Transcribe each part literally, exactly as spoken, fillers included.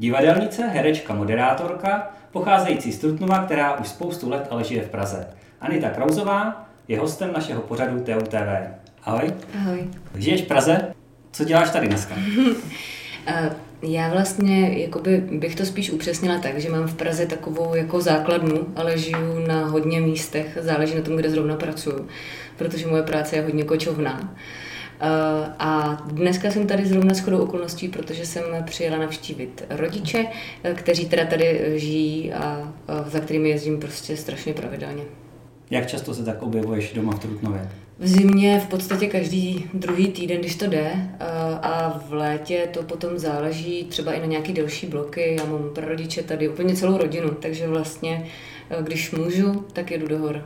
Divadelnice, herečka, moderátorka, pocházející z Trutnova, která už spoustu let ale žije v Praze. Anita Krauzová je hostem našeho pořadu T U T V. Ahoj. Ahoj. Žiješ v Praze? Co děláš tady dneska? Já vlastně jakoby bych to spíš upřesnila tak, že mám v Praze takovou jako základnu, ale žiju na hodně místech, záleží na tom, kde zrovna pracuju, protože moje práce je hodně kočovná. A dneska jsem tady zrovna shodou okolností, protože jsem přijela navštívit rodiče, kteří teda tady žijí a za kterými jezdím prostě strašně pravidelně. Jak často se tak objevuješ doma v Trutnově? V zimě v podstatě každý druhý týden, když to jde, a v létě to potom záleží třeba i na nějaký delší bloky. Já mám prarodiče tady, úplně celou rodinu, takže vlastně, když můžu, tak jedu do hor.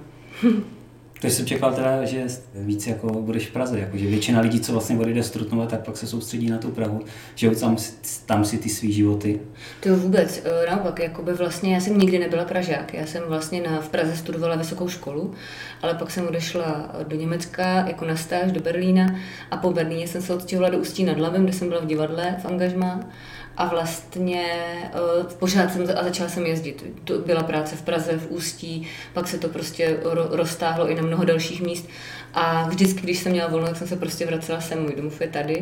To jsem čekal teda, že víc jako budeš v Praze, jako že většina lidí, co vlastně odjde z Trutnova, tak pak se soustředí na tu Prahu, že tam, tam si ty svý životy. To vůbec, naopak, jakoby vlastně já jsem nikdy nebyla Pražák, já jsem vlastně na, v Praze studovala vysokou školu, ale pak jsem odešla do Německa jako na stáž do Berlína a po Berlíně jsem se odstěhovala do Ústí nad Labem, kde jsem byla v divadle v angažmá. A vlastně uh, pořád jsem a začala jsem jezdit. To byla práce v Praze, v Ústí, pak se to prostě ro, roztáhlo i na mnoho dalších míst. A vždycky, když jsem měla volno, tak jsem se prostě vracela sem. Můj domov je tady.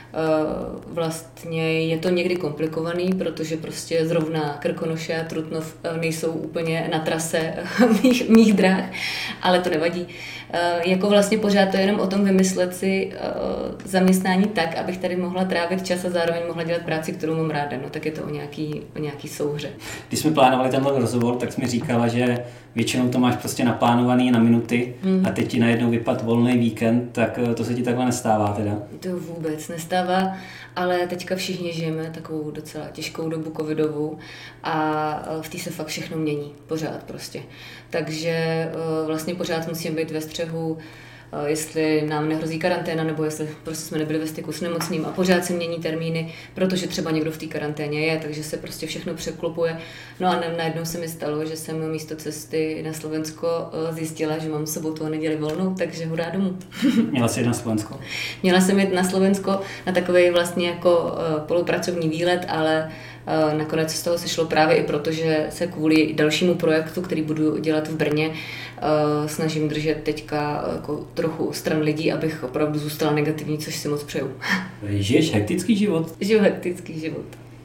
Uh, vlastně je to někdy komplikovaný, protože prostě zrovna Krkonoše a Trutnov nejsou úplně na trase mých, mých dráh, ale to nevadí. Uh, jako vlastně pořád to je jenom o tom vymyslet si uh, zaměstnání tak, abych tady mohla trávit čas a zároveň mohla dělat práci, kterou mám ráda. No tak je to o nějaký, o nějaký souhře. Když jsme plánovali tenhle rozhovor, tak jsi mi říkala, že většinou to máš prostě naplánovaný na minuty hmm. a teď ti najednou vypad volný víkend, tak to se ti takhle nestává teda? To vůbec nestává, ale teďka všichni žijeme takovou docela těžkou dobu covidovou a v té se fakt všechno mění, pořád prostě. Takže vlastně pořád musíme být ve střehu, jestli nám nehrozí karanténa, nebo jestli prostě jsme nebyli ve styku s nemocným a pořád se mění termíny, protože třeba někdo v té karanténě je, takže se prostě všechno překlopuje. No a najednou se mi stalo, že jsem místo cesty na Slovensko zjistila, že mám sobotu a neděli volnou, takže hurá domů. Měla jsi jít na Slovensko? Měla jsem jít na Slovensko na takový vlastně jako polopracovní výlet, ale nakonec z toho se šlo právě i proto, že se kvůli dalšímu projektu, který budu dělat v Brně, snažím držet teďka jako trochu stran lidí, abych opravdu zůstala negativní, což si moc přeju. Žiješ hektický život? Žiju hektický život.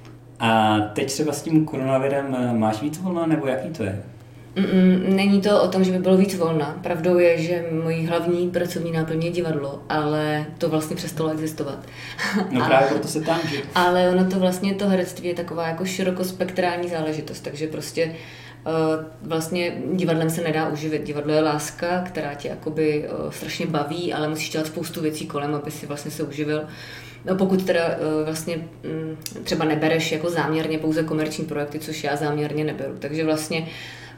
A teď třeba s tím koronavirem máš víc volna, nebo jaký to je? Mm, není to o tom, že by bylo víc volna. Pravdou je, že mojí hlavní pracovní náplň je divadlo, ale to vlastně přestalo existovat. No právě proto se tam, že? Ale ono to vlastně, to herectví je taková jako širokospektrální záležitost, takže prostě uh, vlastně divadlem se nedá uživit. Divadlo je láska, která tě jakoby uh, strašně baví, ale musíš dělat spoustu věcí kolem, aby si vlastně se uživil. No pokud teda uh, vlastně um, třeba nebereš jako záměrně pouze komerční projekty, což já záměrně neberu, takže vlastně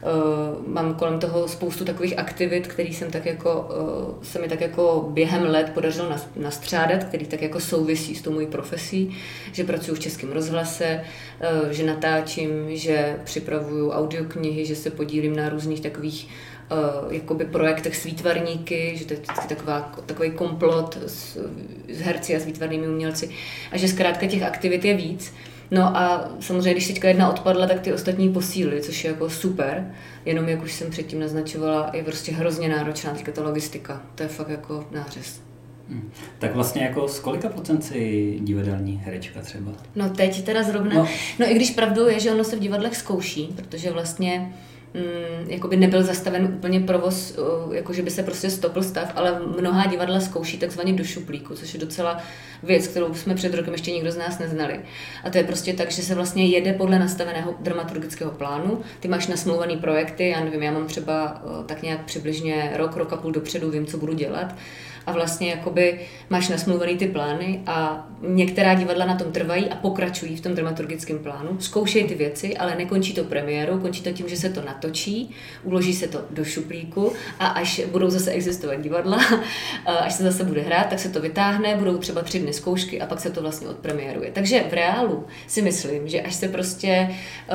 Uh, mám kolem toho spoustu takových aktivit, který jsem tak jako, uh, se mi tak jako během let podařilo nastřádat, který tak jako souvisí s tou mojí profesí, že pracuji v Českém rozhlase, uh, že natáčím, že připravuju audioknihy, že se podílím na různých takových uh, jakoby projektech s výtvarníky, že to je vždycky taková, takový komplot s, s herci a s výtvarnými umělci a že zkrátka těch aktivit je víc. No a samozřejmě, když teďka jedna odpadla, tak ty ostatní posílily, což je jako super, jenom jak už jsem předtím naznačovala, je prostě hrozně náročná teďka ta logistika, to je fakt jako nářez. Hmm. Tak vlastně jako z kolika procent si divadelní herečka třeba? No teď teda zrovna, no. no i když pravdou je, že ono se v divadlech zkouší, protože vlastně Mm, jakoby nebyl zastaven úplně provoz, jakože by se prostě stopl stav, ale mnohá divadla zkouší takzvaně do šuplíku, což je docela věc, kterou jsme před rokem ještě nikdo z nás neznali. A to je prostě tak, že se vlastně jede podle nastaveného dramaturgického plánu. Ty máš nasmluvaný projekty, já nevím, já mám třeba tak nějak přibližně rok, rok a půl dopředu, vím, co budu dělat. A vlastně jakoby máš nasmluvaný ty plány a některá divadla na tom trvají a pokračují v tom dramaturgickém plánu, zkoušejí ty věci, ale nekončí to premiérou, končí to tím, že se to natočí, uloží se to do šuplíku a až budou zase existovat divadla, až se zase bude hrát, tak se to vytáhne, budou třeba tři dny zkoušky a pak se to vlastně odpremiéruje. Takže v reálu si myslím, že až se prostě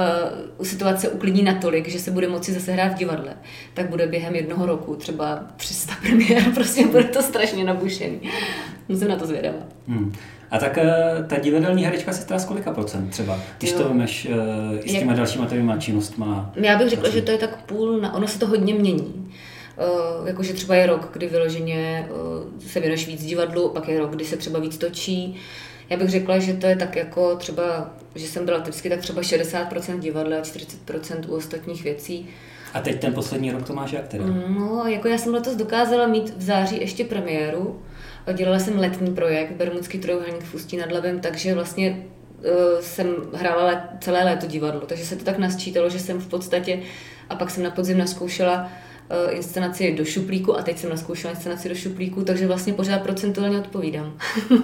uh, situace uklidní natolik, že se bude moci zase hrát v divadle, tak bude během jednoho roku třeba tři sta premiér, prostě bude to strašně nabušený. Jsem na to zvědavá. Hmm. A tak ta divadelní herečka se stará z kolika procent třeba, když jo. to vemeš uh, s těma Jak... dalšíma tvýma činnostma? Já bych řekla, že to je tak půl, na... ono se to hodně mění. Uh, jakože třeba je rok, kdy vyloženě uh, se věnuješ víc divadlu, pak je rok, kdy se třeba víc točí. Já bych řekla, že to je tak jako třeba, že jsem byla vždycky tak třeba šedesát procent divadla a čtyřicet procent u ostatních věcí. A teď ten poslední rok to máš jak teda? No, jako já jsem letos dokázala mít v září ještě premiéru. Dělala jsem letní projekt Bermudský trojúhelník v Ústí nad Labem, takže vlastně uh, jsem hrála let, celé léto divadlo, takže se to tak nasčítalo, že jsem v podstatě, a pak jsem na podzim naskoušela uh, inscenaci do šuplíku a teď jsem naskoušela inscenaci do šuplíku, takže vlastně pořád procentuálně odpovídám.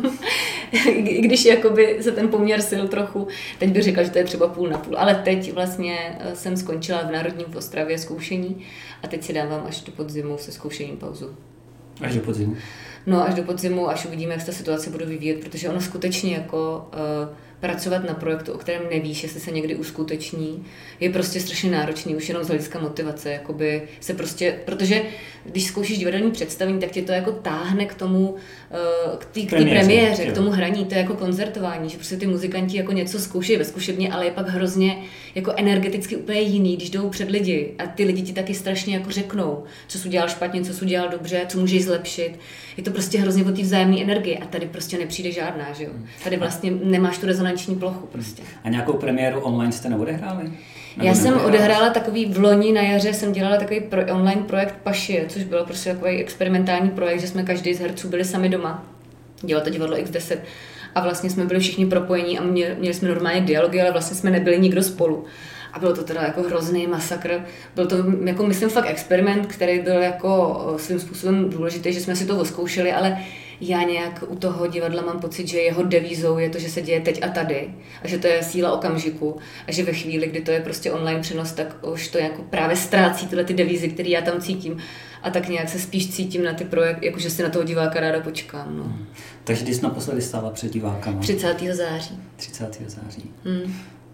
I když jakoby se ten poměr sil trochu, teď bych řekla, že to je třeba půl na půl, ale teď vlastně jsem skončila v Národním v Ostravě zkoušení a teď si dávám až do podzimu se zkoušením pauzu. Až do podzimu? No až do podzimu, až uvidíme, jak se ta situace bude vyvíjet, protože ono skutečně jako uh, pracovat na projektu, o kterém nevíš, jestli se někdy uskuteční, je prostě strašně náročný, už jenom z hlediska motivace, jakoby se prostě, protože když zkoušíš divadelní představení, tak tě to jako táhne k tomu, uh, k té premiéře, k tomu hraní, to je jako koncertování, že prostě ty muzikanti jako něco zkoušejí ve zkušebně, ale je pak hrozně jako energeticky úplně jiný, když jdou před lidi a ty lidi ti taky strašně jako řeknou, co jsi udělal špatně, co jsi udělal dobře, co můžeš zlepšit. Je to prostě hrozně o té vzájemné energie a tady prostě nepřijde žádná, že jo. Tady vlastně nemáš tu rezonanční plochu prostě. A nějakou premiéru online jste neodehráli? Nebo Já jsem odehrála takový v loni na jaře, jsem dělala takový pro, online projekt Pašie, což bylo prostě takový experimentální projekt, že jsme každý z herců byli sami doma. Dělalo to divadlo iks deset a vlastně jsme byli všichni propojení a měli, měli jsme normálně dialogy, ale vlastně jsme nebyli nikdo spolu. A bylo to teda jako hrozný masakr. Byl to, jako myslím, fakt experiment, který byl jako svým způsobem důležitý, že jsme si to oskoušeli, ale já nějak u toho divadla mám pocit, že jeho devízou je to, že se děje teď a tady a že to je síla okamžiku a že ve chvíli, kdy to je prostě online přenos, tak už to jako právě ztrácí tyhle ty devízy, které já tam cítím a tak nějak se spíš cítím na ty projekty, jakože si na toho diváka ráda počkám. No. Hmm. Takže kdy jsi naposledy stála před divákama? třicátého září. třicátého září. Hmm.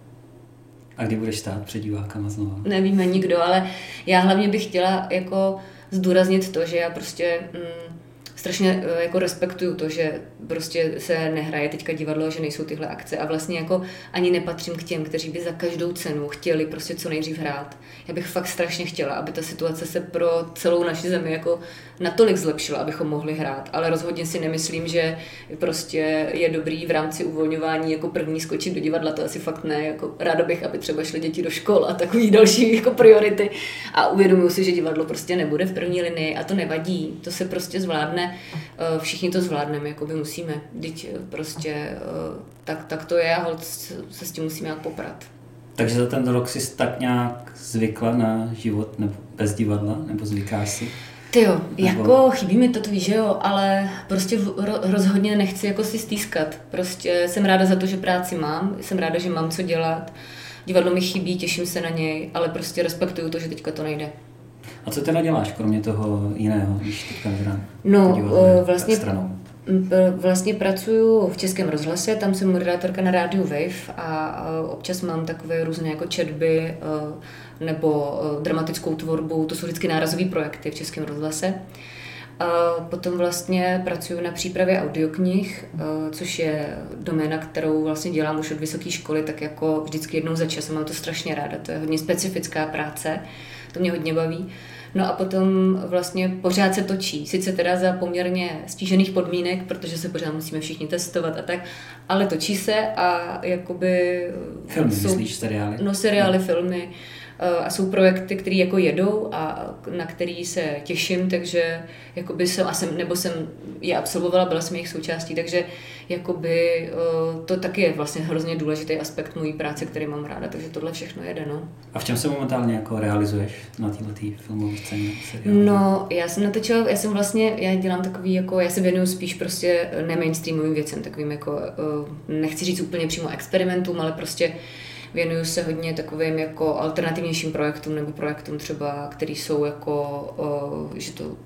A kdy budeš stát před divákama znovu? Nevíme nikdo, ale já hlavně bych chtěla jako zdůraznit to, že já prostě mm, strašně jako respektuju to, že prostě se nehraje teďka divadlo, že nejsou tyhle akce a vlastně jako ani nepatřím k těm, kteří by za každou cenu chtěli prostě co nejdřív hrát. Já bych fakt strašně chtěla, aby ta situace se pro celou naši zemi jako natolik zlepšila, abychom mohli hrát, ale rozhodně si nemyslím, že prostě je dobrý v rámci uvolňování jako první skočit do divadla, to asi fakt ne, jako ráda bych, aby třeba šly děti do škol a takový další jako priority a uvědomuji si, že divadlo prostě nebude v první linii a to nevadí, to se prostě zvládne, všichni to zvládneme, jako by musíme, teď prostě tak, tak to je a holt se s tím musíme nějak poprat. Takže za ten rok jsi tak nějak zvykla na život nebo bez divadla, nebo zvykáš si? Tyjo, jako chybí mi to, to víš, že jo, ale prostě rozhodně nechci jako si stýskat. Prostě jsem ráda za to, že práci mám, jsem ráda, že mám co dělat. Divadlo mi chybí, těším se na něj, ale prostě respektuju to, že teďka to nejde. A co teda děláš, kromě toho jiného, když teďka nehrám? No, vlastně, vlastně pracuju v Českém rozhlase, tam jsem moderátorka na rádiu Wave a občas mám takové různé jako četby nebo dramatickou tvorbu, to jsou vždycky nárazové projekty v Českém rozhlase. A potom vlastně pracuji na přípravě audioknih, což je doména, kterou vlastně dělám už od vysoké školy, tak jako vždycky jednou za čas, mám to strašně ráda, to je hodně specifická práce, to mě hodně baví. No a potom vlastně pořád se točí, sice teda za poměrně stížených podmínek, protože se pořád musíme všichni testovat a tak, ale točí se a jakoby... Filmy, jsou, myslíš, seriály? No seriály, filmy a jsou projekty, které jako jedou a na který se těším, takže jakoby jsem, a jsem, nebo jsem je absolvovala, byla jsem jejich součástí, takže jakoby to taky je vlastně hrozně důležitý aspekt mojí práce, který mám ráda, takže tohle všechno jede, no. A v čem se momentálně jako realizuješ na této filmové scéně? Seriálu? No, já jsem natočila, já jsem vlastně, já dělám takový jako, já se věnuju spíš prostě nemainstreamovým věcem, takovým jako, nechci říct úplně přímo experimentům, ale prostě věnuju se hodně takovým jako alternativnějším projektům nebo projektům třeba, který jsou jako, že to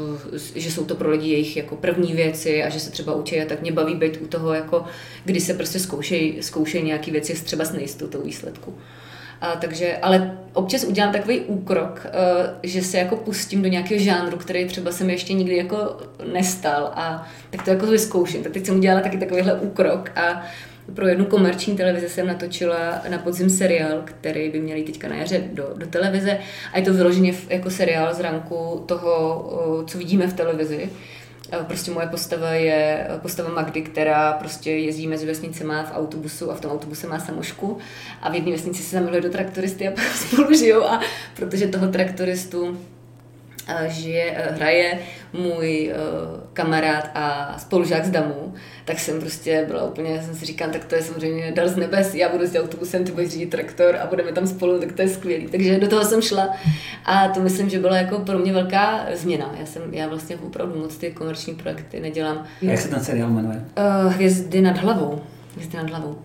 že jsou to pro lidi jejich jako první věci a že se třeba učí a tak mě baví být u toho, jako, kdy se prostě zkoušejí zkoušej nějaké věci třeba s nejistotou výsledku. A takže, ale občas udělám takový úkrok, že se jako pustím do nějakého žánru, který třeba se mi ještě nikdy jako nestal a tak to jako vyzkouším. Tak teď jsem udělala taky takovýhle úkrok a pro jednu komerční televizi jsem natočila na podzim seriál, který by měl jít teďka na jaře do, do televize a je to vyloženě jako seriál z ranku toho, co vidíme v televizi. Prostě moje postava je postava Magdy, která prostě jezdí mezi vesnicema v autobusu a v tom autobuse má samošku a v jedné vesnici se zamiluje do traktoristy a pak spolu žijou a protože toho traktoristu žije, hraje můj uh, kamarád a spolužák z Damu, tak jsem prostě byla úplně, jsem si říkala, tak to je samozřejmě dar z nebes, já budu s autobusem, ty budeš řídit traktor a budeme tam spolu, tak to je skvělý. Takže do toho jsem šla a to myslím, že byla jako pro mě velká změna. Já jsem, já vlastně opravdu moc ty komerční projekty nedělám. A jak se ten seriál jmenuje? Uh, Hvězdy nad hlavou. Hvězdy nad hlavou.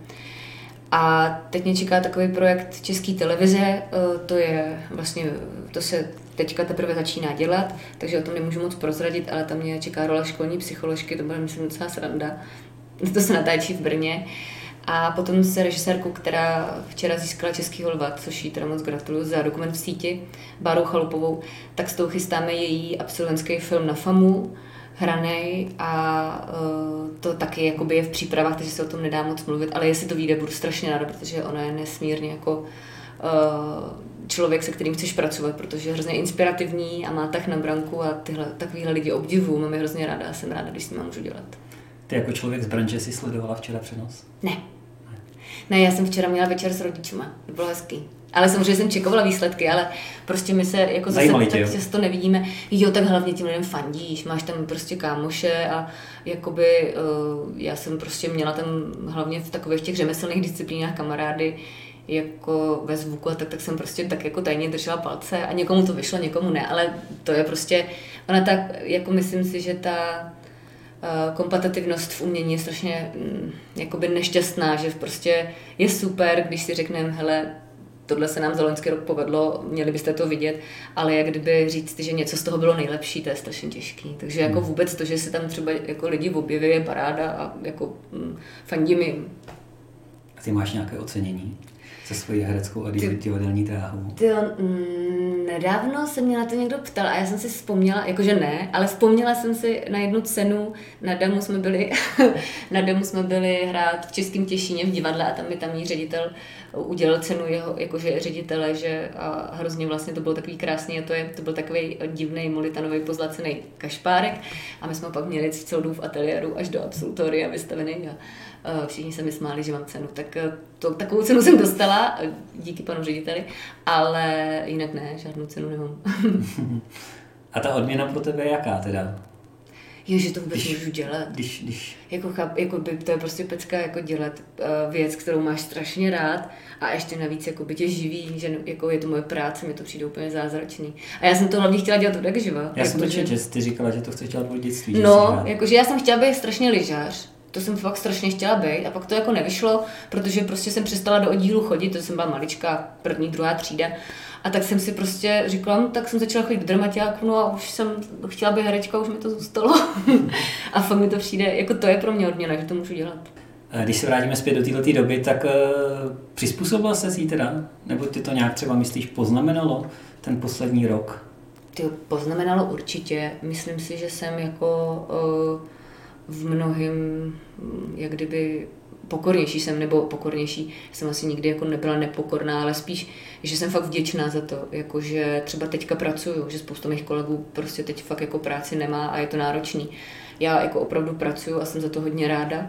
A teď mě čeká takový projekt České televize, to je vlastně, to se teďka teprve začíná dělat, takže o tom nemůžu moc prozradit, ale tam mě čeká role školní psycholožky, to bude myslím docela sranda. To se natáčí v Brně. A potom se režisérkou, která včera získala Český lva, což jí teda moc gratuluju za dokument v síti, Bárou Chalupovou, tak s tou chystáme její absolventský film na FAMu, hranej a uh, to taky jakoby je v přípravách, takže se o tom nedá moc mluvit, ale jestli to vyjde, budu strašně ráda, protože ona je nesmírně jako uh, člověk, se kterým chceš pracovat, protože je hrozně inspirativní a má tak na branku a tyhle takovýhle lidi obdivuju, mám je hrozně ráda a jsem ráda, když s nima můžu dělat. Ty jako člověk z branže si sledovala včera přenos? Ne. Ne, ne já jsem včera měla večer s rodičima, to bylo hezký. Ale samozřejmě jsem čekovala výsledky, ale prostě my se jako zase tak často nevidíme. Jo, tak hlavně tím lidem fandíš, máš tam prostě kámoše a jakoby uh, já jsem prostě měla tam hlavně v takových těch řemeslných disciplínách kamarády jako ve zvuku a tak, tak jsem prostě tak jako tajně držela palce a někomu to vyšlo, někomu ne, ale to je prostě, ona tak, jako myslím si, že ta kompetitivnost v umění je strašně mm, jakoby nešťastná, že prostě je super, když si řekneme, hele, tohle se nám za loňský rok povedlo, měli byste to vidět, ale jak kdyby říct, že něco z toho bylo nejlepší, to je strašně těžký. Takže jako vůbec to, že se tam třeba jako lidi objeví, je paráda a jako mm, fandím jim. A ty máš nějaké ocenění se svojí hereckou a divadelní dráhou? Ty, mm, nedávno se mě na to někdo ptal a já jsem si vzpomněla, jakože ne, ale vzpomněla jsem si na jednu cenu, na Damu jsme byli, na Damu jsme byli hrát v Českém Těšíně v divadle a tam mi tamní ředitel udělal cenu jeho, jakože ředitele, že a hrozně vlastně to bylo takový krásný a to, je, to byl takový divný molitanový pozlacený kašpárek a my jsme pak měli celou dobu v ateliéru až do absolutoria vystavený a všichni se mi smáli, že mám cenu. Tak to, takovou cenu jsem dostala, díky panu řediteli, ale jinak ne, žádnou cenu nemám. A ta odměna pro tebe je jaká teda? Jo, že to vůbec když, můžu dělat. Když, když... Jako, chap, jako by, to je prostě pecka jako dělat uh, věc, kterou máš strašně rád a ještě navíc jako by tě živí, že jako je to moje práce, mi to přijde úplně zázračný. A já jsem to hlavně chtěla dělat od jak živa. Já jako jsem to četl, že ty říkala, že to chceš dělat od dětství. No, jakože já jsem chtěla být strašně lyžař. To jsem fakt strašně chtěla být a pak to jako nevyšlo, protože prostě jsem přestala do oddílu chodit, to jsem byla malička, první, druhá třída. A tak jsem si prostě říkala, no, tak jsem začala chodit do dramaťáku, no a už jsem chtěla být herečka, už mi to zůstalo. A fakt mi to přijde, jako to je pro mě odměna, že to můžu dělat. Když se vrátíme zpět do této doby, tak uh, přizpůsobila se jí teda? Nebo ty to nějak třeba myslíš poznamenalo ten poslední rok? Ty poznamenalo určitě. Myslím si, že jsem jako uh, v mnohém, jak kdyby pokornější jsem, nebo pokornější, jsem asi nikdy jako nebyla nepokorná, ale spíš, že jsem fakt vděčná za to, jakože třeba teďka pracuju, že spousta mých kolegů prostě teď fakt jako práci nemá a je to náročný. Já jako opravdu pracuju a jsem za to hodně ráda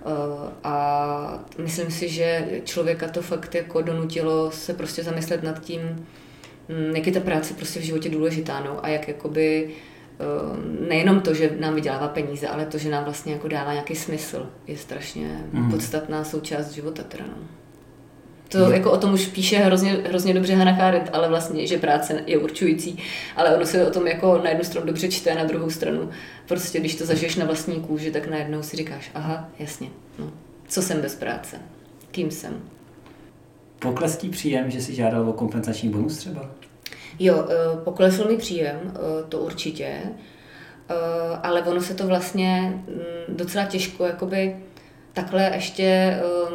a myslím si, že člověka to fakt jako donutilo se prostě zamyslet nad tím, jak je ta práce prostě v životě důležitá, no, a jak jakoby nejenom to, že nám vydělává peníze, ale to, že nám vlastně jako dává nějaký smysl, je strašně mm. podstatná součást života teda, no. To mm. jako o tom už píše hrozně, hrozně dobře Hannah Arendt, ale vlastně, že práce je určující, ale ono se o tom jako na jednu stranu dobře čte, na druhou stranu prostě, když to zažiješ na vlastní kůži, tak najednou si říkáš, aha, jasně, no, co jsem bez práce, kým jsem. Pokles tí příjem, že si žádal o kompenzační bonus třeba? Jo, poklesl mi příjem, to určitě, ale ono se to vlastně docela těžko jakoby takhle ještě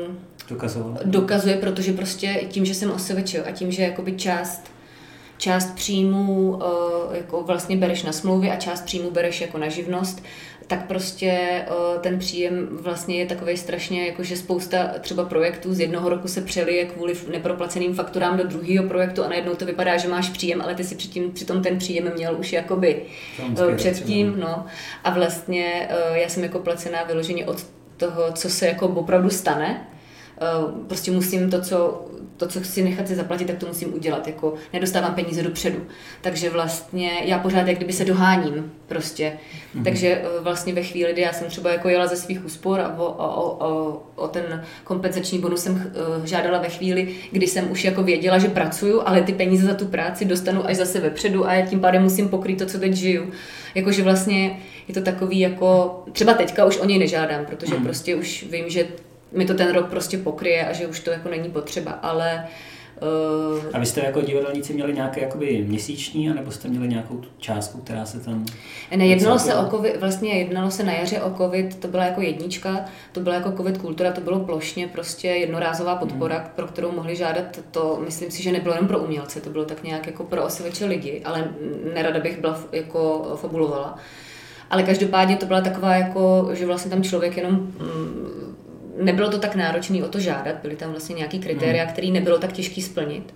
Dokazoval. dokazuje, protože prostě tím, že jsem O S V Č a tím, že jakoby část část příjmů jako vlastně bereš na smlouvy a část příjmů bereš jako na živnost, tak prostě ten příjem vlastně je takovej strašně, jakože spousta třeba projektů z jednoho roku se přelije kvůli neproplaceným fakturám do druhého projektu a najednou to vypadá, že máš příjem, ale ty si předtím, přitom ten příjem měl už jakoby předtím, no. A vlastně já jsem jako placená vyloženě od toho, co se jako opravdu stane. Prostě musím to, co to, co chci nechat si zaplatit, tak to musím udělat, jako nedostávám peníze dopředu. Takže vlastně já pořád jak kdyby se doháním prostě. Mm-hmm. Takže vlastně ve chvíli, kdy já jsem třeba jako jela ze svých úspor a o, o, o, o ten kompenzační bonus jsem žádala ve chvíli, kdy jsem už jako věděla, že pracuju, ale ty peníze za tu práci dostanu až zase vepředu a já tím pádem musím pokrýt to, co teď žiju. Jakože vlastně je to takový jako, třeba teďka už o něj nežádám, protože mm. prostě už vím, že mi to ten rok prostě pokryje a že už to jako není potřeba, ale... Uh... A vy jste jako divadelníci měli nějaké jakoby měsíční, anebo jste měli nějakou částku, která se tam... Nejednalo se o COVID, vlastně jednalo se na jaře o COVID, to byla jako jednička, to byla jako COVID kultura, to bylo plošně prostě jednorázová podpora, hmm. pro kterou mohli žádat, to myslím si, že nebylo jen pro umělce, to bylo tak nějak jako pro O S V Č lidi, ale nerada bych byla jako fabulovala. Ale každopádně to byla taková jako, že vlastně tam člověk jenom... Mm, nebylo to tak náročné o to žádat, byly tam vlastně nějaký kritéria, hmm. které nebylo tak těžké splnit.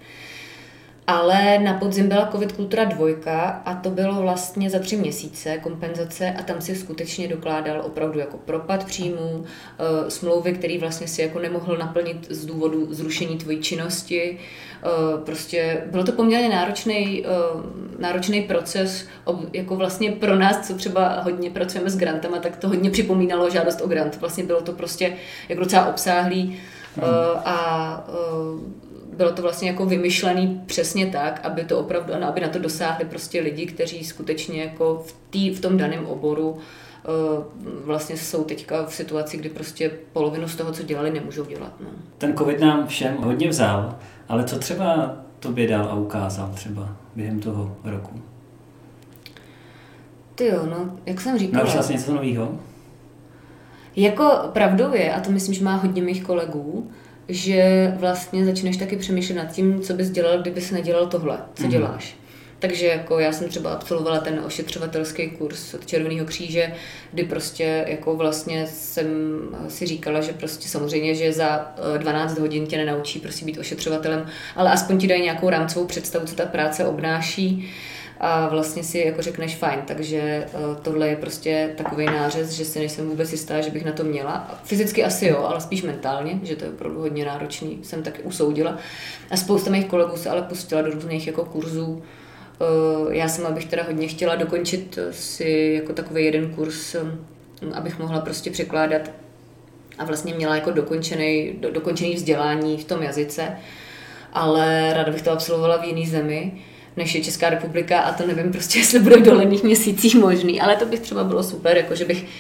Ale na podzim byla COVID kultura dvojka a to bylo vlastně za tři měsíce kompenzace a tam si skutečně dokládal opravdu jako propad příjmů, smlouvy, který vlastně si jako nemohl naplnit z důvodu zrušení tvojí činnosti. Prostě bylo to poměrně náročný, náročný proces, jako vlastně pro nás, co třeba hodně pracujeme s grantama, tak to hodně připomínalo žádost o grant. Vlastně bylo to prostě jako docela obsáhlý hmm. a bylo to vlastně jako vymyšlený přesně tak, aby to opravdu, aby na to dosáhli prostě lidi, kteří skutečně jako v, tý, v tom daném oboru vlastně jsou teďka v situaci, kdy prostě polovinu z toho, co dělali, nemůžou dělat. No. Ten covid nám všem hodně vzal, ale co třeba tobě dal a ukázal třeba během toho roku? Ty jo, no, jak jsem říkala. Naučila jsi něco nového? Jako pravdou je, a to myslím, že má hodně mých kolegů, že vlastně začneš taky přemýšlet nad tím, co bys dělal, kdybys nedělal tohle, co mm. děláš. Takže jako já jsem třeba absolvovala ten ošetřovatelský kurz od Červeného kříže, kdy prostě jako vlastně jsem si říkala, že prostě samozřejmě, že za dvanáct hodin tě nenaučí prostě být ošetřovatelem, ale aspoň ti dají nějakou rámcovou představu, co ta práce obnáší. A vlastně si jako řekneš fajn, takže tohle je prostě takový nářez, že si nejsem vůbec jistá, že bych na to měla. Fyzicky asi jo, ale spíš mentálně, že to je opravdu hodně náročný, jsem tak usoudila. A spousta mých kolegů se ale pustila do různých jako kurzů. Já sama bych teda hodně chtěla dokončit si jako takový jeden kurz, abych mohla prostě překládat a vlastně měla jako dokončený, do, dokončený vzdělání v tom jazyce, ale ráda bych to absolvovala v jiný zemi, než je Česká republika a to nevím prostě, jestli bude v dohledných měsících možný, ale to bych třeba bylo super, jako že bych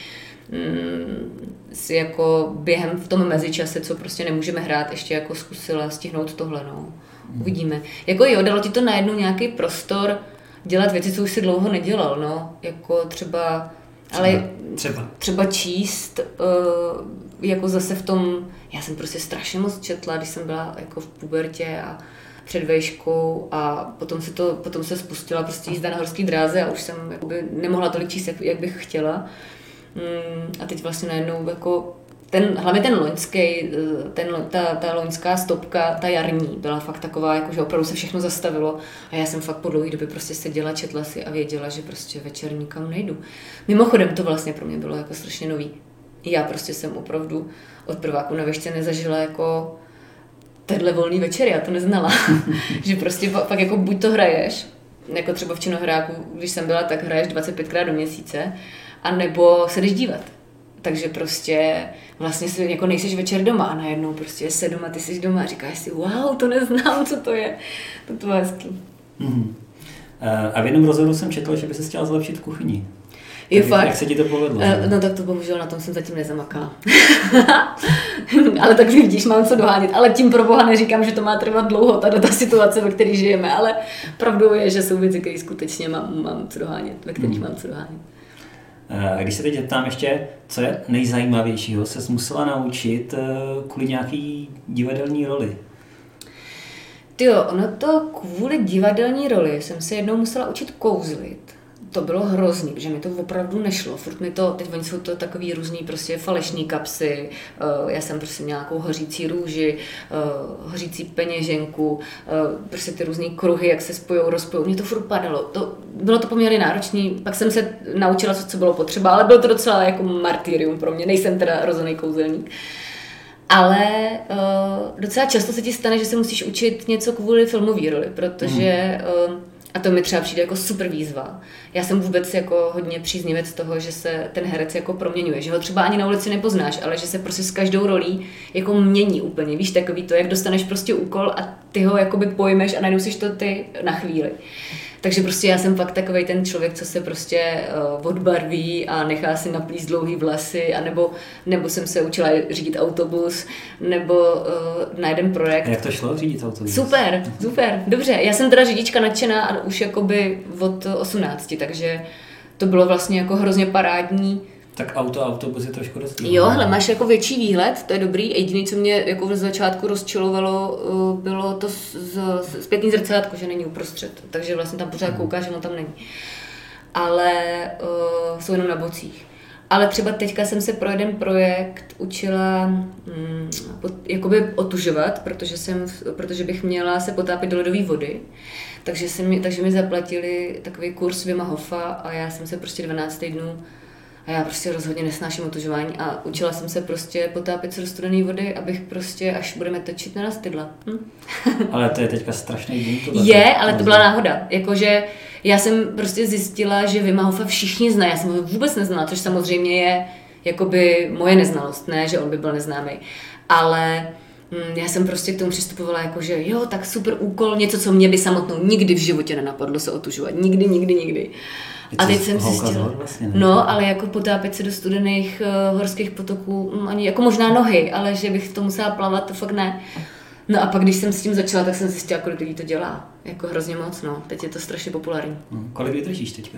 mm, si jako během v tom mezičase, co prostě nemůžeme hrát, ještě jako zkusila stihnout tohle, no. Uvidíme. Jako jo, dalo ti to najednou nějaký prostor dělat věci, co už si dlouho nedělal, no, jako třeba, ale třeba, třeba číst, uh, jako zase v tom, já jsem prostě strašně moc četla, když jsem byla jako v pubertě a před vejškou a potom se, to, potom se spustila prostě jízda na horské dráze a už jsem jakoby nemohla tolik číst, jak, jak bych chtěla. Mm, a teď vlastně najednou jako ten, hlavně ten loňský, ten, ta, ta loňská stopka, ta jarní, byla fakt taková, jako, že opravdu se všechno zastavilo a já jsem fakt po dlouhé době prostě seděla, četla si a věděla, že prostě večer nikam nejdu. Mimochodem to vlastně pro mě bylo jako strašně nový. Já prostě jsem opravdu od prváku na vešce nezažila jako tenhle volný večer, já to neznala. Že prostě pak jako buď to hraješ, jako třeba v činohráku, když jsem byla, tak hraješ dvacet pětkrát do měsíce, anebo se jdeš dívat. Takže prostě vlastně si, jako nejseš večer doma a najednou prostě je sedm a ty jsi doma a říkáš si, wow, to neznám, co to je. To to je hezký. Mm. A v jednom rozhodu jsem četl, že by se chtěla zlepšit v kuchyni. Je fakt. Jak se ti to povedlo? No tak to bohužel na tom jsem zatím nezamakala. Ale tak vidíš, mám co dohánět. Ale tím pro boha neříkám, že to má trvat dlouho, ta, ta situace, ve které žijeme, ale pravdou je, že jsou věci, které skutečně mám, mám co dohánět, ve kterých hmm. mám co dohánět. Když se teď zeptám ještě, co je nejzajímavějšího, ses musela naučit kvůli nějaký divadelní roli? Tyjo, ono to kvůli divadelní roli jsem se jednou musela učit kouzlit. To bylo hrozný, protože mi to opravdu nešlo. Furt mi to, teď oni jsou to takový různý prostě falešný kapsy, já jsem prostě měla nějakou hořící růži, hořící peněženku, prostě ty různý kruhy, jak se spojou, rozpojou, mě to furt padalo. To, bylo to poměrně náročný, pak jsem se naučila, co, co bylo potřeba, ale bylo to docela jako martyrium pro mě, nejsem teda rozený kouzelník. Ale uh, docela často se ti stane, že se musíš učit něco kvůli filmové roli, protože, uh, a to mi třeba přijde jako super výzva. Já jsem vůbec jako hodně příznivec toho, že se ten herec jako proměňuje, že ho třeba ani na ulici nepoznáš, ale že se prostě s každou rolí jako mění úplně. Víš, takový to, jak dostaneš prostě úkol a ty ho jakoby pojmeš a najednou jsi to ty na chvíli. Takže prostě já jsem fakt takovej ten člověk, co se prostě uh, odbarví a nechá si naplíst dlouhý vlasy, anebo, nebo jsem se učila řídit autobus, nebo uh, na jeden projekt. A jak to šlo řídit autobus? Super, super, dobře. Já jsem teda řidička nadšená a už jakoby od osmnácti, takže to bylo vlastně jako hrozně parádní. Tak auto a autobus je trošku rozdíl. Jo, hele, máš jako větší výhled, to je dobrý. Jediné, co mě jako v začátku rozčilovalo, bylo to zpětný zrcátko, že není uprostřed. Takže vlastně tam pořád koukáš, že on tam není. Ale uh, jsou jenom na bocích. Ale třeba teďka jsem se pro jeden projekt učila hm, pot, jakoby otužovat, protože, jsem, protože bych měla se potápět do ledové vody. Takže, se mi, takže mi zaplatili takový kurz Wima Hofa a já jsem se prostě dvanáct týdnů a já prostě rozhodně nesnáším otužování a učila jsem se prostě potápět se do studené vody, abych prostě, až budeme točit, nenastydla. Hm? Ale to je teďka strašný dům. Tohle. Je, ale to byla náhoda. Jakože já jsem prostě zjistila, že Wima Hofa všichni znají, já jsem ho vůbec neznala, což samozřejmě je jakoby moje neznalost, ne, že on by byl neznámý. Ale hm, já jsem prostě k tomu přistupovala jako, že jo, tak super úkol, něco, co mě by samotnou nikdy v životě nenapadlo se otužovat. Nikdy, nikdy, nikdy. A teď jsem zjistila, vlastně, no, ale jako potápět se do studených uh, horských potoků, um, ani jako možná nohy, ale že bych to musela plavat, to fakt ne. No a pak, když jsem s tím začala, tak jsem zjistila, kolik lidí to dělá. Jako hrozně moc, no. Teď je to strašně populární. Hmm. Kolik vydržíš teďka?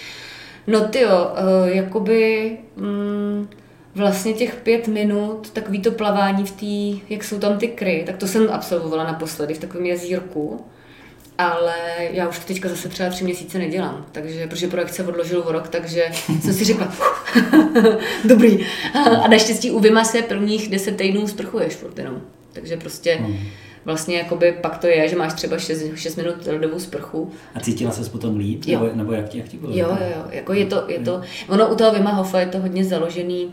No tyjo, uh, jakoby um, vlastně těch pět minut, takový to plavání v té, jak jsou tam ty kry, tak to jsem absolvovala naposledy v takovém jezírku. Ale já už to teďka zase třeba tři měsíce nedělám, takže, protože projekt se odložil o rok, takže jsem si řekla, dobrý. A naštěstí u Vima se prvních deset týdnů sprchuješ furt jenom. Takže prostě vlastně jakoby pak to je, že máš třeba šest minut ledovou sprchu. A cítila ses potom líp? Nebo, nebo jak ti, jak ti bylo? Jo, jo, jo. Jako je to, je to, ono u toho Wima Hofa je to hodně založený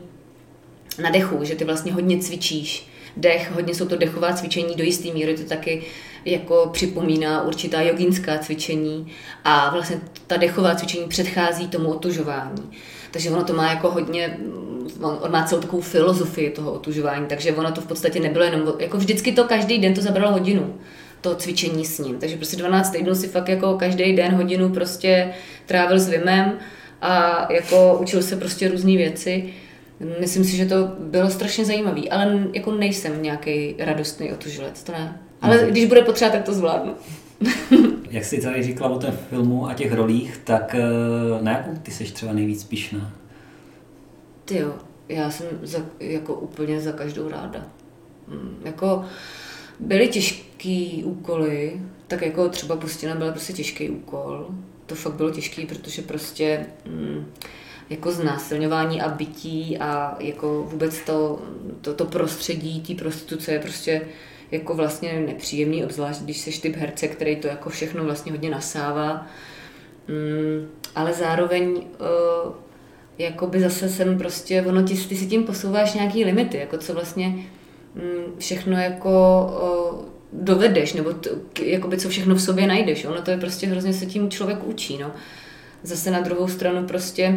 na dechu, že ty vlastně hodně cvičíš. Dech, hodně jsou to dechová cvičení, do jistý míry to taky jako připomíná určitá jogínská cvičení a vlastně ta dechová cvičení předchází tomu otužování. Takže ono to má jako hodně, on má celou takovou filozofii toho otužování, takže ono to v podstatě nebylo jenom, jako vždycky to každý den to zabralo hodinu, to cvičení s ním. Takže prostě dvanáct týdnů si fakt jako každý den hodinu prostě trávil s Wimem a jako učil se prostě různé věci. Myslím si, že to bylo strašně zajímavý, ale jako nejsem nějaký radostný otužilec, to ne. Ale no. Když bude potřeba, tak to zvládnu. Jak jsi tady říkala o tom filmu a těch rolích, tak na jakou ty seš třeba nejvíc pyšná? Ty jo, já jsem za, jako úplně za každou ráda. Hmm, jako byly těžký úkoly, tak jako třeba Pustina byla prostě těžký úkol. To fakt bylo těžký, protože prostě hmm, jako znásilňování a bytí a jako vůbec to, to, to prostředí té prostituce je prostě jako vlastně nepříjemný, obzvlášť když jsi typ herce, který to jako všechno vlastně hodně nasává. Mm, ale zároveň uh, jakoby zase jsem prostě, ono ty, ty si tím posouváš nějaký limity, jako co vlastně mm, všechno jako uh, dovedeš, nebo t, jakoby co všechno v sobě najdeš. Ono to je prostě hrozně se tím člověk učí, no. Zase na druhou stranu prostě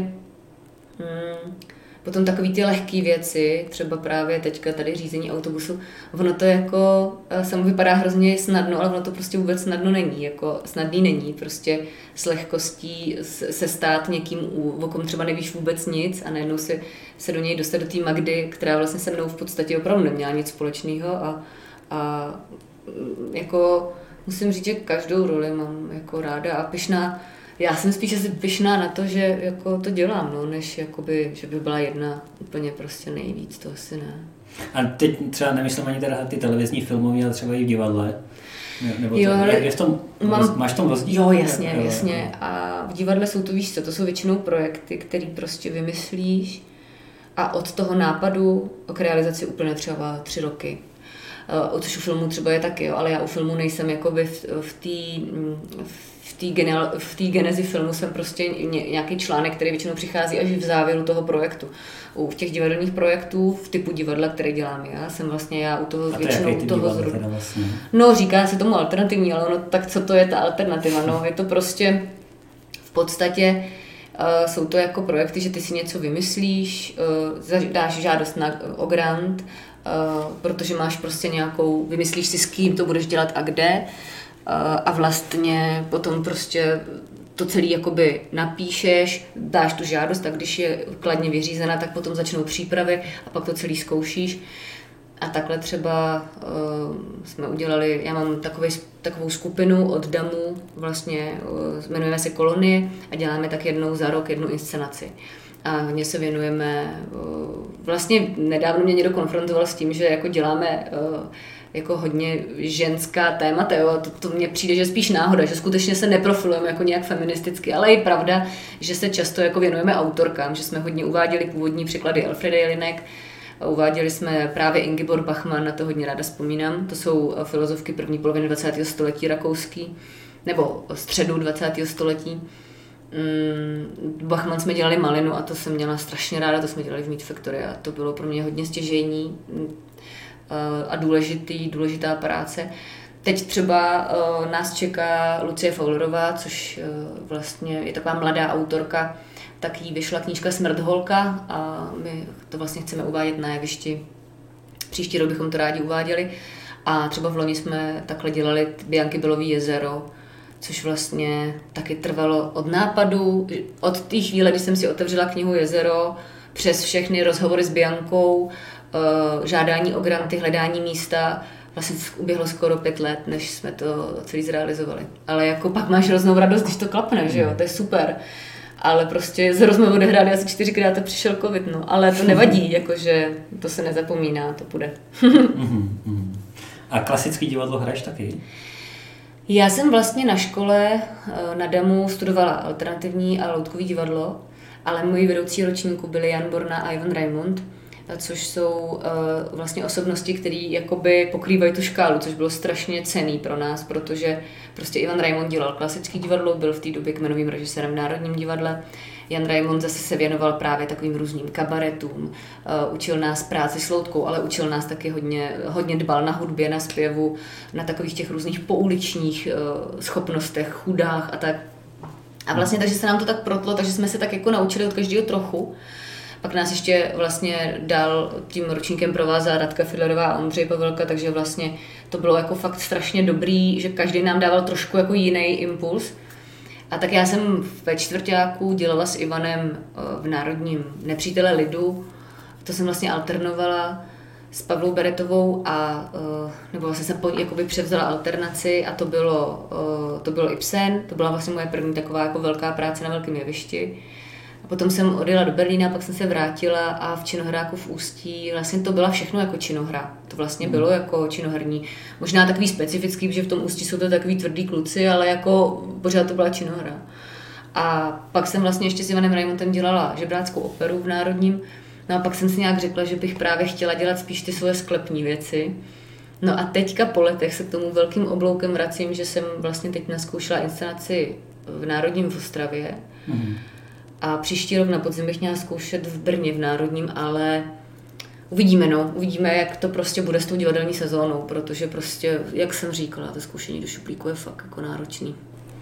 mm, potom takový ty lehké věci, třeba právě teďka tady řízení autobusu, ono to jako, samo vypadá hrozně snadno, ale ono to prostě vůbec snadno není, jako snadný není, prostě s lehkostí se stát někým, o kom třeba nevíš vůbec nic a najednou se, se do něj dostat do té Magdy, která vlastně se mnou v podstatě opravdu neměla nic společného a, a jako musím říct, že každou roli mám jako ráda a pyšná. Já jsem spíš asi pyšná na to, že jako to dělám, no, než jakoby, že by byla jedna úplně prostě nejvíc, to asi ne. A teď třeba nemyslím ani teda ty televizní filmové, ale třeba i v divadle. Nebo jo, to, je v tom, mám, máš v tom rozdíl? Jo, jasně, jo, jasně. A v divadle jsou to, víš co, to jsou většinou projekty, které prostě vymyslíš a od toho nápadu k realizaci úplně třeba tři roky. Uh, což u filmu třeba je taky, jo, ale já u filmu nejsem jakoby v, v té v té geneal, v té genezi filmu jsem prostě nějaký článek, který většinou přichází až v závěru toho projektu. U těch divadelních projektů v typu divadla, které dělám já, jsem vlastně já u toho a to většinou u toho zru. Vlastně? No, říká se tomu alternativní, ale ono, tak co to je ta alternativa? No, je to prostě v podstatě uh, jsou to jako projekty, že ty si něco vymyslíš, uh, dáš žádost na, o grant, uh, protože máš prostě nějakou, vymyslíš si s kým to budeš dělat a kde, a vlastně potom prostě to celé jakoby napíšeš, dáš tu žádost a když je kladně vyřízena, tak potom začnou přípravy a pak to celé zkoušíš. A takhle třeba uh, jsme udělali, já mám takový, takovou skupinu od damů, vlastně uh, jmenujeme se Kolonie a děláme tak jednou za rok jednu inscenaci. A hodně se věnujeme, uh, vlastně nedávno mě někdo konfrontoval s tím, že jako děláme uh, jako hodně ženská témata, jo? To, to mně přijde, že spíš náhoda, že skutečně se neprofilujeme jako nějak feministicky, ale je pravda, že se často jako věnujeme autorkám, že jsme hodně uváděli původní překlady Elfriedy Jelinek, uváděli jsme právě Ingeborg Bachmann, na to hodně ráda vzpomínám, to jsou filozofky první poloviny dvacátého století rakouský, nebo středu dvacátého století. Bachmann jsme dělali Malinu a to jsem měla strašně ráda, to jsme dělali v Meet Factory a to bylo pro mě hodně stěžejní a důležitý, důležitá práce. Teď třeba uh, nás čeká Lucie Fowlerová, což uh, vlastně je taková mladá autorka, tak jí vyšla knížka Smrtholka a my to vlastně chceme uvádět na jevišti. Příští rok bychom to rádi uváděli. A třeba v loni jsme takhle dělali Bianky Bělový jezero, což vlastně taky trvalo od nápadu, od té chvíle, kdy jsem si otevřela knihu Jezero, přes všechny rozhovory s Biankou, žádání o granty, hledání místa, vlastně uběhlo skoro pět let, než jsme to celý zrealizovali. Ale jako pak máš hroznou radost, když to klapne, že jo, to je super. Ale prostě z jsme odehráli asi čtyřikrát a přišel covid, no. Ale to nevadí, jakože to se nezapomíná, to půjde. A klasický divadlo hraješ taky? Já jsem vlastně na škole na DAMu studovala alternativní a loutkový divadlo, ale moji vedoucí ročníku byli Jan Borna a Ivan Raimund, což jsou uh, vlastně osobnosti, které jakoby pokrývají tu škálu, což bylo strašně cenný pro nás, protože prostě Ivan Raimund dělal klasický divadlo, byl v té době kmenovým režisérem v Národním divadle. Jan Raimund zase se věnoval právě takovým různým kabaretům, uh, učil nás práci s loutkou, ale učil nás taky hodně, hodně dbal na hudbě, na zpěvu, na takových těch různých pouličních uh, schopnostech, chudách a tak. A vlastně takže se nám to tak protlo, takže jsme se tak jako naučili od každého trochu. Pak nás ještě vlastně dal tím ročníkem provázá Radka Fidlerová a Ondřej Pavelka, takže vlastně to bylo jako fakt strašně dobrý, že každý nám dával trošku jako jiný impuls. A tak já jsem ve čtvrťáku dělala s Ivanem v Národním Nepřítele lidu, to jsem vlastně alternovala s Pavlou Beretovou a nebo vlastně jsem jakoby převzala alternaci a to bylo, to bylo Ibsen, to byla vlastně moje první taková jako velká práce na velkém jevišti. A potom jsem odjela do Berlína, pak jsem se vrátila a v Činohráku v Ústí vlastně to byla všechno jako činohra. To vlastně bylo jako činoherní. Možná takový specifický, protože v tom Ústí jsou to takový tvrdý kluci, ale jako pořád to byla činohra. A pak jsem vlastně ještě s Ivanem Raimundem dělala žebráckou operu v Národním. No a pak jsem si nějak řekla, že bych právě chtěla dělat spíš ty svoje sklepní věci. No a teďka po letech se k tomu velkým obloukem vracím, že jsem vlastně teď naskoušela inscenaci v Národním v Ostravě. Mm. A příští rok na podzim bych měla zkoušet v Brně v Národním, ale uvidíme, no, uvidíme, jak to prostě bude s tou divadelní sezónou, protože prostě, jak jsem říkala, to zkoušení do šuplíku je fakt jako náročný.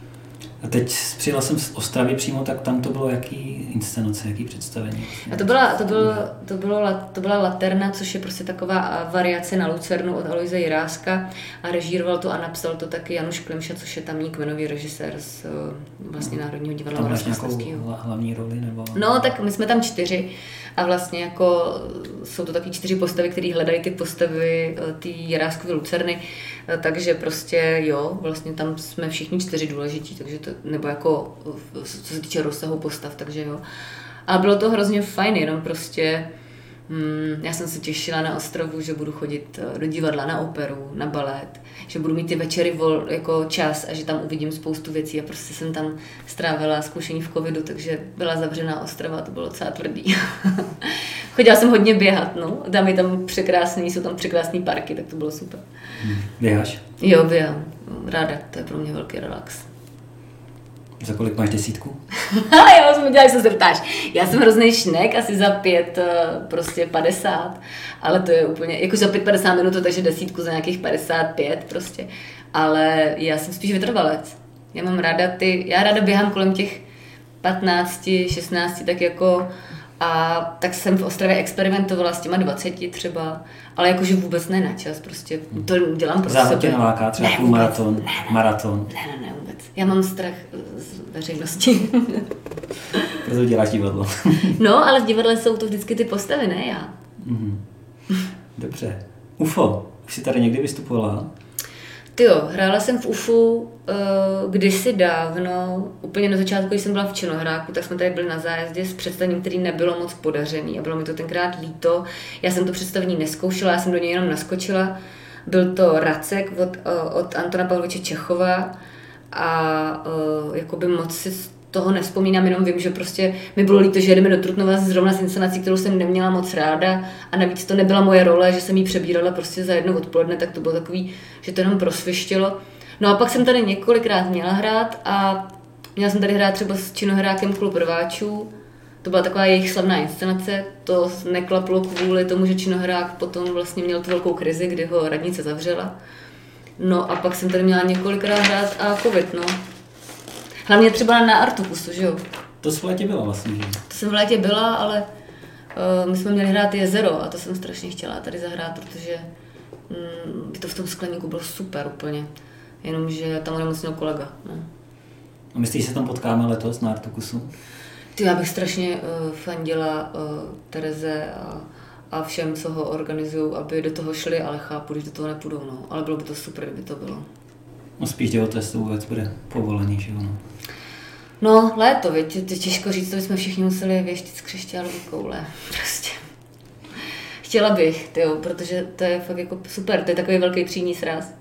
A teď přijela jsem z Ostravy přímo, tak tam to bylo jaký inscenace, jaký představení? A to byla, to bylo, to bylo, to byla Laterna, což je prostě taková variace na Lucernu od Aloise Jiráska a režíroval to a napsal to taky Januš Klimša, což je tamní kmenový režisér z vlastně Národního divadla. Tam máš nějakou hlavní roli? Nebo... No, tak my jsme tam čtyři a vlastně jako jsou to taky čtyři postavy, které hledají ty postavy ty Jiráskovy Lucerny, takže prostě jo, vlastně tam jsme všichni čtyři důležití, takže to nebo jako co se týče rozsahu postav, takže jo. A bylo to hrozně fajn, jenom prostě Hmm, já jsem se těšila na ostrovu, že budu chodit do divadla, na operu, na balet, že budu mít ty večery vol, jako čas a že tam uvidím spoustu věcí a prostě jsem tam strávila zkušení v covidu, takže byla zavřená ostrova, to bylo docela tvrdý. Chodila jsem hodně běhat, no, tam je tam překrásný, jsou tam překrásný parky, tak to bylo super. Hmm. Běháš? Jo, běhám, ráda, to je pro mě velký relax. Za kolik máš desítku? Já jsem udělala, že se zeptáš. Já jsem hrozný šnek, asi za pět, prostě padesát, ale to je úplně, jako za pět padesát minut, takže desítku za nějakých padesát pět prostě, ale já jsem spíš vytrvalec. Já mám ráda ty, já ráda běhám kolem těch patnácti, šestnácti, tak jako, a tak jsem v Ostravě experimentovala s těma dvaceti třeba, ale jakože vůbec ne na čas, prostě to dělám pro Závodě sebe. naláká třeba půl maraton, ne, ne, maraton. Ne, ne, ne, vůbec. Já mám strach z veřejnosti. Proto děláš divadlo. No, ale v divadle jsou to vždycky ty postavy, ne já. Mm-hmm. Dobře. U F O, už jsi tady někdy vystupovala? Tyjo, hrála jsem v U F U uh, kdysi dávno, úplně na začátku, když jsem byla v Činohráku, tak jsme tady byli na zájezdě s představením, který nebylo moc podařený a bylo mi to tenkrát líto. Já jsem to představení neskoušela, já jsem do něj jenom naskočila. Byl to Racek od, uh, od Antona Pavloviče Čechova a uh, jakoby moc si toho nevzpomínám, jenom vím, že prostě mi bylo líto, že jedeme do Trutnova zrovna s inscenací, kterou jsem neměla moc ráda a navíc to nebyla moje role, že jsem ji přebírala prostě za jedno odpoledne, tak to bylo takový, že to jenom prosvištilo. No a pak jsem tady několikrát měla hrát a měla jsem tady hrát třeba s Činohrákem Klub rváčů. To byla taková jejich slavná inscenace, to neklaplo kvůli tomu, že Činohrák potom vlastně měl tu velkou krizi, kdy ho radnice zavřela. No a pak jsem tady měla několikrát hrát a covid, no. Hlavně třeba na Artukusu, že jo? To jsi v létě byla vlastně, že? To jsem v létě byla, ale uh, my jsme měli hrát Jezero a to jsem strašně chtěla tady zahrát, protože um, to v tom skleníku bylo super úplně. Jenomže tam onemocněl kolega. No. A myslíš, že se tam potkáme letos na Artukusu? Ty, já bych strašně uh, fandila uh, Tereze a, a všem, co ho organizují, aby do toho šli, ale chápu, když do toho nepůjdou, no. Ale bylo by to super, kdyby to bylo. No spíš jde o to, jestli vůbec bude povolený, že ono. No, léto, viď, to je těžko říct, to bychom všichni museli věštit z křišťálový koule, prostě. Chtěla bych, tyjo, protože to je fakt jako super, to je takový velký třídní sráz.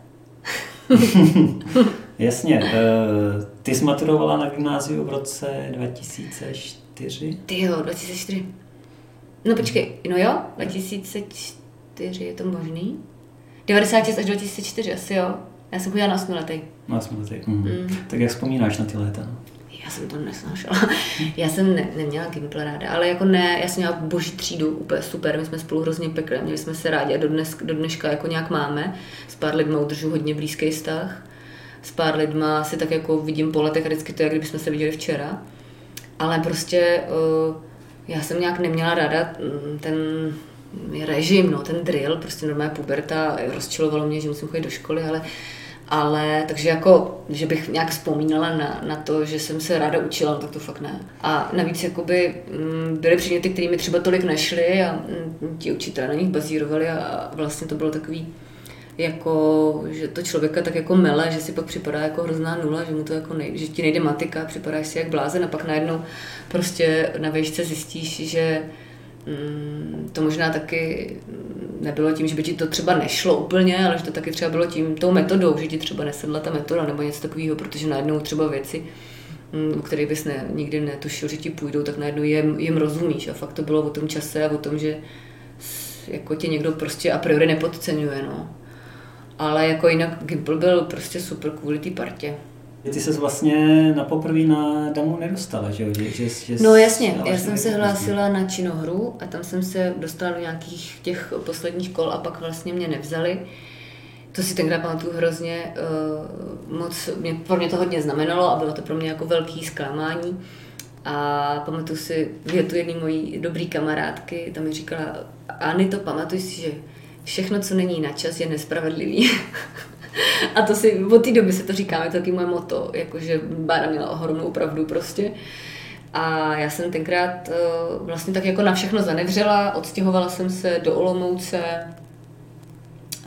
Jasně, uh, ty jsi maturovala na gymnáziu v roce dva tisíce čtyři? Tyjo, dva tisíce čtyři. No počkej, no jo, dva tisíce čtyři, je to možný? devadesát šest až dva tisíce čtyři, asi jo. Já jsem chodila na osmiletej. Na osmiletej, mm. mm. Tak jak vzpomínáš na ty léta? Já jsem to nesnášela. Já jsem ne, neměla Gimpl ráda, ale jako ne, já jsem měla boží třídu, úplně super, my jsme spolu hrozně pekli, měli jsme se rádi a do, dnes, do dneška jako nějak máme. S pár lidma udržu hodně blízký vztah. S pár lidma si tak jako vidím po letech a vždycky to je, kdybychom se viděli včera. Ale prostě uh, já jsem nějak neměla ráda ten režim, no, ten drill, prostě normálně puberta, rozčilovalo mě, že musím chodit do školy, ale Ale takže jako, že bych nějak vzpomínala na, na to, že jsem se ráda učila, no tak to fakt ne. A navíc jakoby byly předměty, které mi třeba tolik nešly a ti učitelé na nich bazírovali a vlastně to bylo takový, jako, že to člověka tak jako mele, že si pak připadá jako hrozná nula, že mu to jako nejde, že ti nejde matika, připadáš si jak blázen a pak najednou prostě na výšce zjistíš, že to možná taky nebylo tím, že by ti to třeba nešlo úplně, ale že to taky třeba bylo tím, tou metodou, že ti třeba nesedla ta metoda nebo něco takového, protože najednou třeba věci, o kterých bys ne, nikdy netušil, že ti půjdou, tak najednou jim, jim rozumíš a fakt to bylo o tom čase a o tom, že jako tě někdo prostě a priori nepodceňuje, no. Ale jako jinak Gimpl byl prostě super kvůli té partě. Ty se vlastně na poprvé na Damu nedostala, že jo? Že, že no jasně, já jsem se hlásila na činohru a tam jsem se dostala do nějakých těch posledních kol a pak vlastně mě nevzali. To si tenkrát pamatuju hrozně uh, moc, mě, pro mě to hodně znamenalo a bylo to pro mě jako velký zklamání. A pamatuju si větu jedné mojí dobrý kamarádky, tam mi říkala, Ani, to pamatuj si, že všechno, co není na čas, je nespravedlivý. A to si, od té doby se to říkáme, to taky moje motto, jakože Bára měla ohromnou pravdu prostě. A já jsem tenkrát uh, vlastně tak jako na všechno zanevřela, odstěhovala jsem se do Olomouce,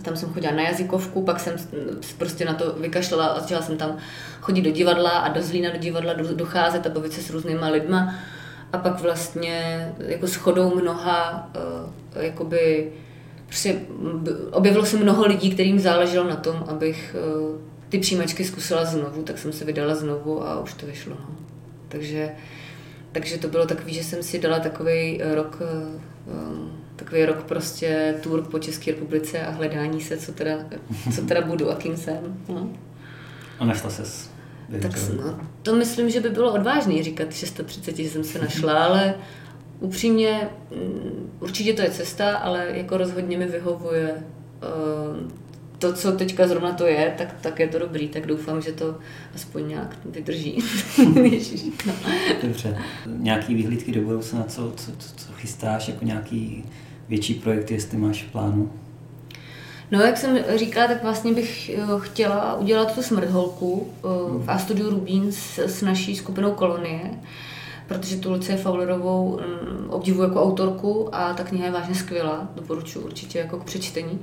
A tam jsem chodila na jazykovku, pak jsem prostě na to vykašlala a začala jsem tam chodit do divadla a do Zlína do divadla docházet a bavit se s různýma lidma. A pak vlastně jako shodou mnoha, uh, jakoby, prostě objevilo se mnoho lidí, kterým záleželo na tom, abych uh, ty přijímačky zkusila znovu, tak jsem se vydala znovu a už to vyšlo. No. Takže, takže to bylo takový, že jsem si dala takový rok, uh, takový rok prostě tour po České republice a hledání se, co teda, co teda budu a kým jsem. No. A našla ses. Tak no, to myslím, že by bylo odvážný říkat třicet šest, že jsem se našla, ale upřímně určitě to je cesta, ale jako rozhodně mi vyhovuje uh, to, co teďka zrovna to je, tak, tak je to dobrý, tak doufám, že to aspoň nějak vydrží. Ježiš, no. Dobře. Nějaký výhlídky do budoucna, co, co, co, co chystáš, jako nějaký větší projekty, jestli máš v plánu? No, jak jsem říkala, tak vlastně bych chtěla udělat tu Smrtholku v A Studiu Rubín s, s naší skupinou Kolonie, protože tu Lucie Fowlerovou obdivuji jako autorku a ta kniha je vážně skvělá, doporučuji určitě jako k přečtení.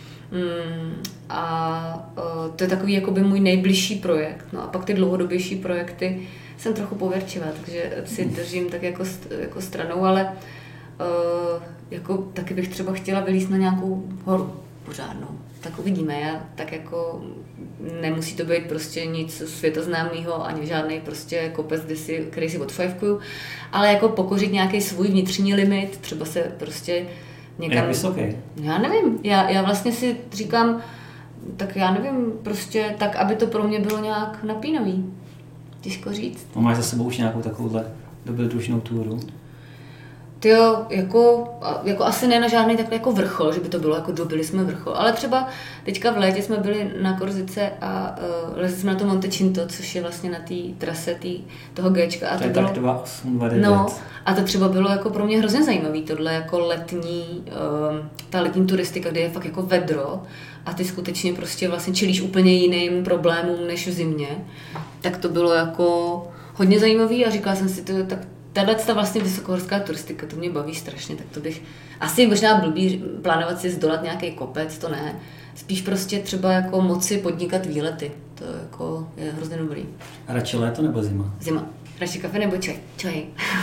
A to je takový jakoby můj nejbližší projekt. No a pak ty dlouhodobější projekty jsem trochu pověrčivá, takže si držím tak jako, jako stranou, ale jako taky bych třeba chtěla vylízt na nějakou horu pořádnou. Tak uvidíme, já tak jako nemusí to být prostě nic světoznámého, ani žádný prostě kopec, kde si, který si odfajfkuju, ale jako pokořit nějaký svůj vnitřní limit, třeba se prostě někam... Jak vysoký? Já nevím, já, já vlastně si říkám, tak já nevím, prostě tak, aby to pro mě bylo nějak napínavý. Těžko říct. A máš za sebou už nějakou takovouhle dobrodružnou túru? Tyjo, jako, jako asi ne na žádný takhle jako vrchol, že by to bylo jako dobili jsme vrchol, ale třeba teďka v létě jsme byli na Korzice a uh, lezli jsme na to Monte Cinto, což je vlastně na té trase tý, toho Gčka. A to, to je bylo, tak dva osm dva devět. No, a to třeba bylo jako pro mě hrozně zajímavý, tohle jako letní, uh, ta letní turistika, kde je fakt jako vedro a ty skutečně prostě vlastně čelíš úplně jiným problémům než v zimě, tak to bylo jako hodně zajímavý a říkala jsem si to, tak tahle ta vlastně vysokohorská turistika, to mě baví strašně, tak to bych asi možná blbý plánovat si zdolat nějaký kopec, to ne. Spíš prostě třeba jako moci podnikat výlety, to jako je hrozně dobrý. A radši léto nebo zima? Zima. Radši kafe nebo čaj? Čaj.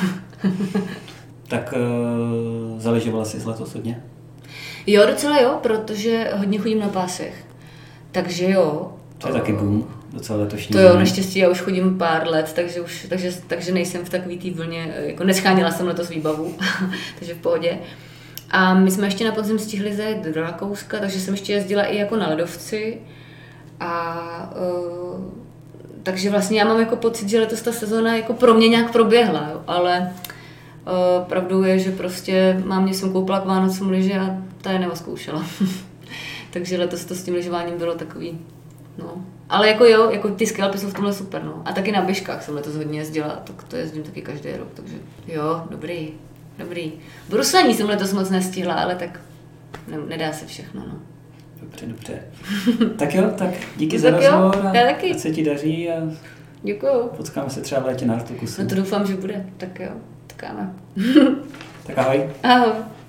Tak uh, zaležovala jsi letos hodně? Jo, docela jo, protože hodně chodím na pásech. Takže jo. To je taky boom. Docela letošní. To jo, naštěstí já už chodím pár let, takže, už, takže, takže nejsem v takový té vlně, jako neschánila jsem letos výbavu, takže v pohodě. A my jsme ještě na podzim stihli zajet do Rakouska, takže jsem ještě jezdila i jako na ledovci. A uh, takže vlastně já mám jako pocit, že letos ta sezóna jako pro mě nějak proběhla, jo, ale uh, pravdou je, že prostě mámě jsem koupila k Vánocům lyže a ta je neoskoušela. Takže letos to s tím lyžováním bylo takový, no. Ale jako jo, jako ty scalpy jsou v tomhle super, no. A taky na běžkách jsem letos hodně jezdila, tak to jezdím taky každý rok, takže jo, dobrý, dobrý. Bruslení jsem letos moc nestihla, ale tak ne, nedá se všechno, no. Dobře, dobře. Tak jo, tak díky tak za rozhovor a taky. ať se ti daří a děkuju. potkáme se třeba v létě na Artukusu. No to doufám, že bude, tak jo, tkáme. Tak ahoj. Ahoj.